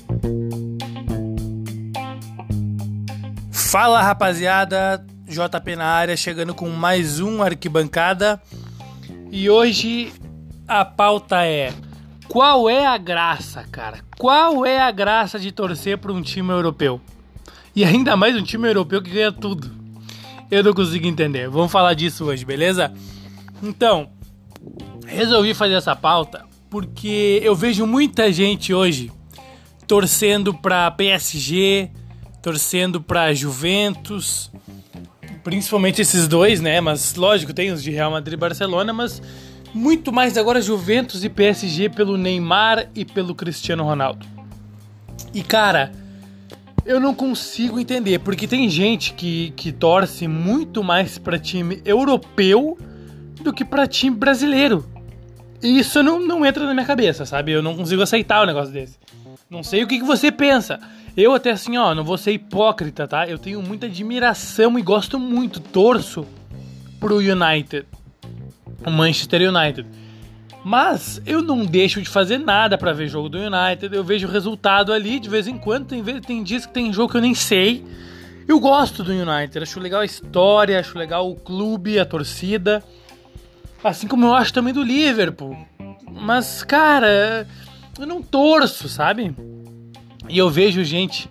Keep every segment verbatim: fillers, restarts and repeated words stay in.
Fala, rapaziada, J P na área, chegando com mais um Arquibancada. E hoje a pauta é: qual é a graça, cara? Qual é a graça de torcer para um time europeu? E ainda mais um time europeu que ganha tudo. Eu não consigo entender. Vamos falar disso hoje, beleza? Então, resolvi fazer essa pauta porque eu vejo muita gente hoje torcendo para P S G, torcendo para Juventus, principalmente esses dois, né? Mas lógico, tem os de Real Madrid e Barcelona, mas muito mais agora Juventus e P S G pelo Neymar e pelo Cristiano Ronaldo. E cara, eu não consigo entender, porque tem gente que, que torce muito mais para time europeu do que para time brasileiro. E isso não, não entra na minha cabeça, sabe? Eu não consigo aceitar um negócio desse. Não sei o que, que você pensa. Eu até assim, ó, não vou ser hipócrita, tá? Eu tenho muita admiração e gosto muito, torço pro United, o Manchester United. Mas eu não deixo de fazer nada pra ver jogo do United. Eu vejo o resultado ali de vez em quando. Tem, tem dias que tem jogo que eu nem sei. Eu gosto do United, acho legal a história, acho legal o clube, a torcida. Assim como eu acho também do Liverpool. Mas, cara, eu não torço, sabe? E eu vejo gente,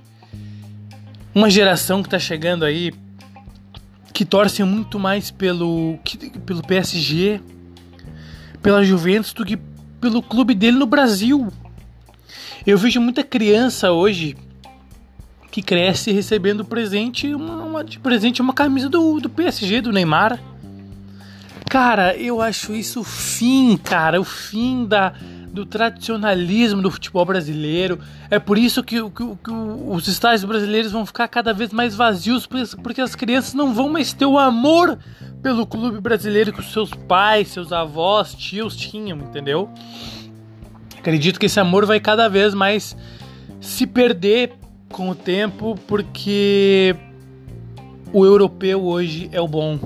uma geração que tá chegando aí, que torce muito mais pelo, que, pelo P S G, pela Juventus, do que pelo clube dele no Brasil. Eu vejo muita criança hoje que cresce recebendo presente, uma, uma, de presente uma camisa do, do P S G, do Neymar. Cara, eu acho isso o fim, cara, o fim da... do tradicionalismo do futebol brasileiro. É por isso que, que, que os estádios brasileiros vão ficar cada vez mais vazios, porque as crianças não vão mais ter o amor pelo clube brasileiro que os seus pais, seus avós, tios tinham, entendeu? Acredito que esse amor vai cada vez mais se perder com o tempo, porque o europeu hoje é o bom.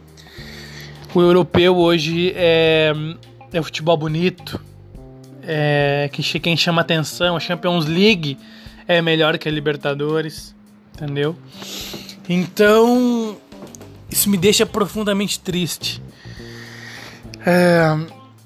O europeu hoje é, é o futebol bonito. É, que quem chama atenção, a Champions League é melhor que a Libertadores, entendeu? Então, isso me deixa profundamente triste. É,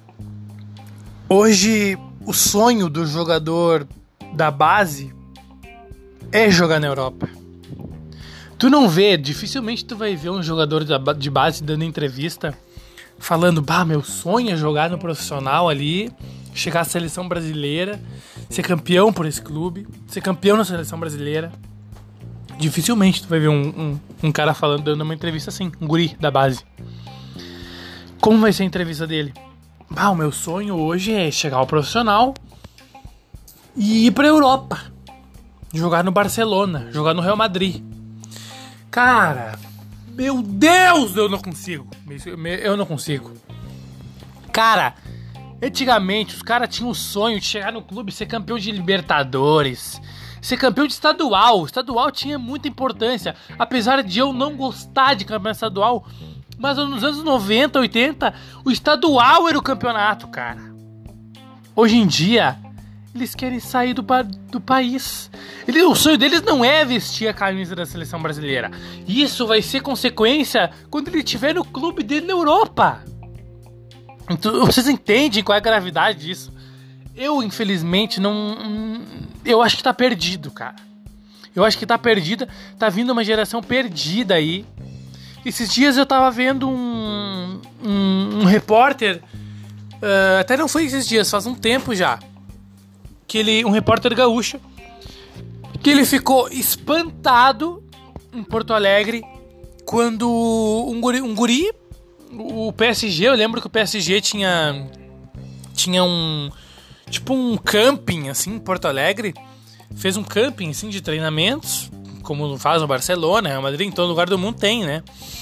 hoje, o sonho do jogador da base é jogar na Europa. Tu não vê, dificilmente tu vai ver um jogador de base dando entrevista falando: bah, meu sonho é jogar no profissional ali, chegar à seleção brasileira, ser campeão por esse clube, ser campeão na seleção brasileira. Dificilmente tu vai ver um, um, um cara falando, dando uma entrevista assim, um guri da base. Como vai ser a entrevista dele? Bah, o meu sonho hoje é chegar ao profissional e ir pra Europa, jogar no Barcelona, jogar no Real Madrid. Cara, meu Deus, eu não consigo. Eu não consigo. Cara, antigamente os caras tinham o sonho de chegar no clube e ser campeão de Libertadores, ser campeão de estadual. Estadual tinha muita importância, apesar de eu não gostar de campeão estadual. Mas nos anos noventa, oitenta, o estadual era o campeonato, cara. Hoje em dia, eles querem sair do, do país. Ele, o sonho deles não é vestir a camisa da seleção brasileira. Isso vai ser consequência quando ele estiver no clube dele na Europa. Então, vocês entendem qual é a gravidade disso? Eu, infelizmente, não... Eu acho que tá perdido, cara. Eu acho que tá perdida. Tá vindo uma geração perdida aí. Esses dias eu tava vendo um... Um, um repórter... Uh, até não foi esses dias, faz um tempo já. Que ele, um repórter gaúcho, que ele ficou espantado em Porto Alegre quando um guri, um guri, o P S G, eu lembro que o P S G tinha, tinha um, tipo um camping assim em Porto Alegre, fez um camping assim de treinamentos, como faz no Barcelona, Real Madrid, em todo lugar do mundo tem, né?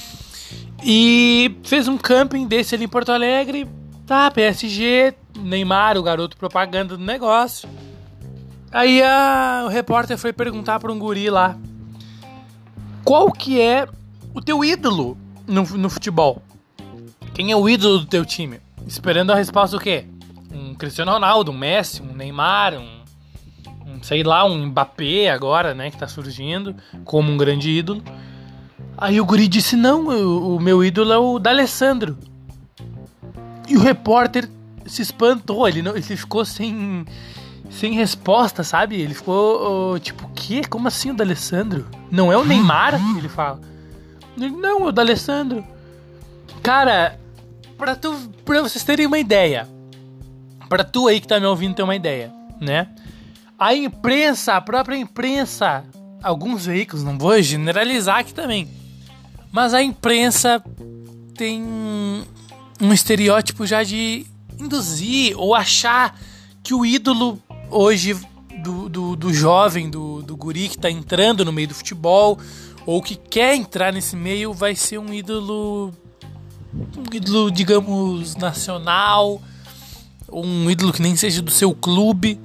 E fez um camping desse ali em Porto Alegre, tá, P S G, Neymar, o garoto propaganda do negócio. Aí a, o repórter foi perguntar para um guri lá: qual que é o teu ídolo no, no futebol? Quem é o ídolo do teu time? Esperando a resposta o quê? Um Cristiano Ronaldo, um Messi, um Neymar, um, um, sei lá, um Mbappé agora, né, que tá surgindo como um grande ídolo. Aí o guri disse, não, o, o meu ídolo é o D'Alessandro. E o repórter se espantou, ele, não, ele ficou sem, sem resposta, sabe? Ele ficou, oh, tipo, o quê? Como assim o D'Alessandro? Não é o Neymar? Ele fala. Ele, não, é o D'Alessandro. Cara, pra, tu, pra vocês terem uma ideia, pra tu aí que tá me ouvindo ter uma ideia, né? A imprensa, a própria imprensa, alguns veículos, não vou generalizar aqui também, mas a imprensa tem um estereótipo já de induzir ou achar que o ídolo hoje do, do, do jovem, do, do guri que tá entrando no meio do futebol ou que quer entrar nesse meio vai ser um ídolo, um ídolo, digamos, nacional, um ídolo que nem seja do seu clube.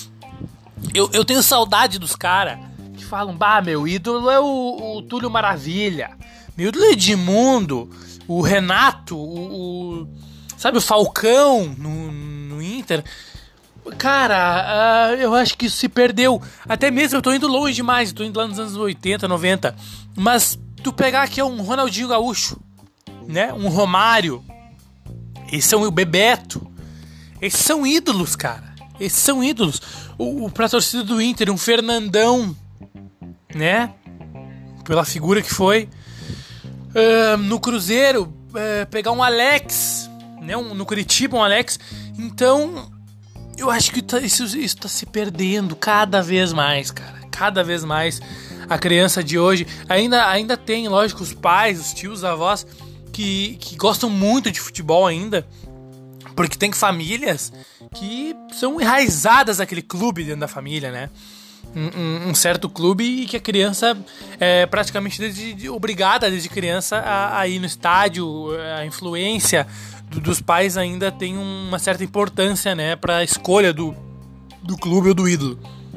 Eu, eu tenho saudade dos caras que falam, bah, meu ídolo é o, o Túlio Maravilha, meu ídolo é Edmundo, o Renato, o, o sabe, o Falcão no, no Inter. Cara, uh, eu acho que isso se perdeu. Até mesmo eu tô indo longe demais, tô indo lá nos anos oitenta, noventa. Mas tu pegar aqui um Ronaldinho Gaúcho, né, um Romário, esses são o Bebeto, esses são ídolos, cara. Esses são ídolos. O, o, pra torcida do Inter, um Fernandão, né? Pela figura que foi. Uh, no Cruzeiro, uh, pegar um Alex, né? Um, no Curitiba, um Alex. Então, eu acho que tá, isso, isso tá se perdendo cada vez mais, cara. Cada vez mais. A criança de hoje ainda, ainda tem, lógico, os pais, os tios, os avós que, que gostam muito de futebol ainda. Porque tem famílias que são enraizadas naquele clube dentro da família, né? Um, um, um certo clube e que a criança é praticamente desde, obrigada desde criança a, a ir no estádio. A influência do, dos pais ainda tem uma certa importância, né, para a escolha do, do clube ou do ídolo.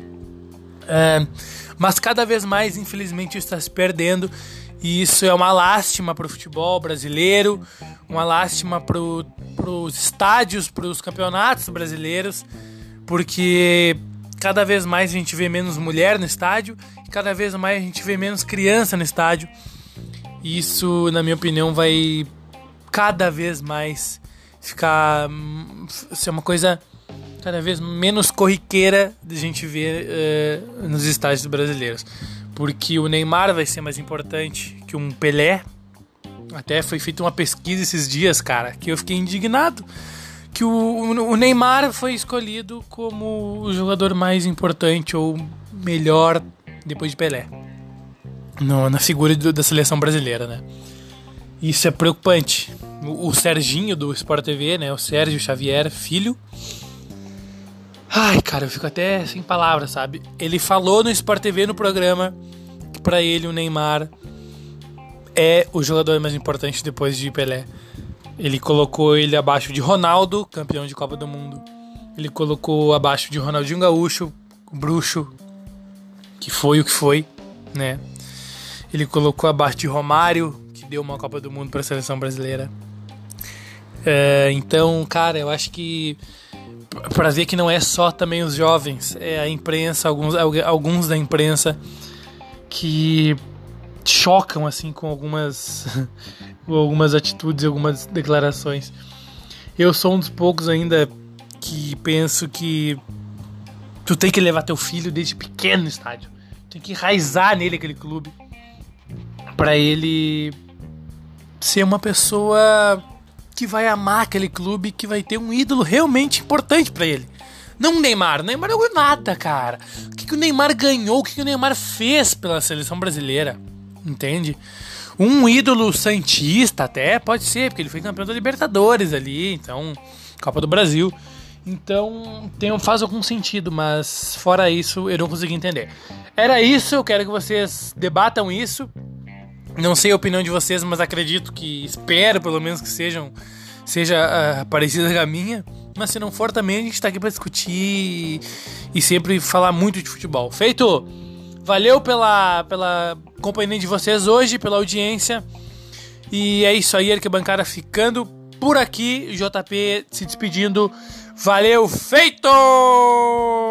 É, mas cada vez mais, infelizmente, isso está se perdendo. E isso é uma lástima para o futebol brasileiro, uma lástima para os estádios, para os campeonatos brasileiros, porque cada vez mais a gente vê menos mulher no estádio e cada vez mais a gente vê menos criança no estádio. E isso, na minha opinião, vai cada vez mais ficar ser uma coisa cada vez menos corriqueira de a gente ver uh, nos estádios brasileiros. Porque o Neymar vai ser mais importante que um Pelé. Até foi feita uma pesquisa esses dias, cara, que eu fiquei indignado. Que o, o Neymar foi escolhido como o jogador mais importante ou melhor depois de Pelé. No, na figura do, da seleção brasileira, né? Isso é preocupante. O, o Serginho do Sport T V, né? O Sérgio Xavier, filho. Ai, cara, eu fico até sem palavras, sabe? Ele falou no Sport T V, no programa, que pra ele o Neymar é o jogador mais importante depois de Pelé. Ele colocou ele abaixo de Ronaldo, campeão de Copa do Mundo. Ele colocou abaixo de Ronaldinho Gaúcho, o bruxo, que foi o que foi, né? Ele colocou abaixo de Romário, que deu uma Copa do Mundo pra seleção brasileira. É, então, cara, eu acho que para ver que não é só também os jovens, é a imprensa, alguns, alguns da imprensa que chocam assim com algumas algumas atitudes, algumas declarações. Eu sou um dos poucos ainda que penso que tu tem que levar teu filho desde pequeno no estádio, tem que enraizar nele aquele clube para ele ser uma pessoa que vai amar aquele clube, que vai ter um ídolo realmente importante pra ele. Não o Neymar. O Neymar não ganhou nada, cara. O que, que o Neymar ganhou? O que, que o Neymar fez pela seleção brasileira? Entende? Um ídolo santista até pode ser, porque ele foi campeão da Libertadores ali, então, Copa do Brasil. Então, tem, faz algum sentido, mas fora isso, eu não consegui entender. Era isso, eu quero que vocês debatam isso. Não sei a opinião de vocês, mas acredito que, espero pelo menos que sejam, seja uh, parecida com a minha. Mas se não for também, a gente tá aqui pra discutir e, e sempre falar muito de futebol. Feito! Valeu pela, pela companhia de vocês hoje, pela audiência. E é isso aí, Arquibancada ficando por aqui. J P se despedindo. Valeu, feito!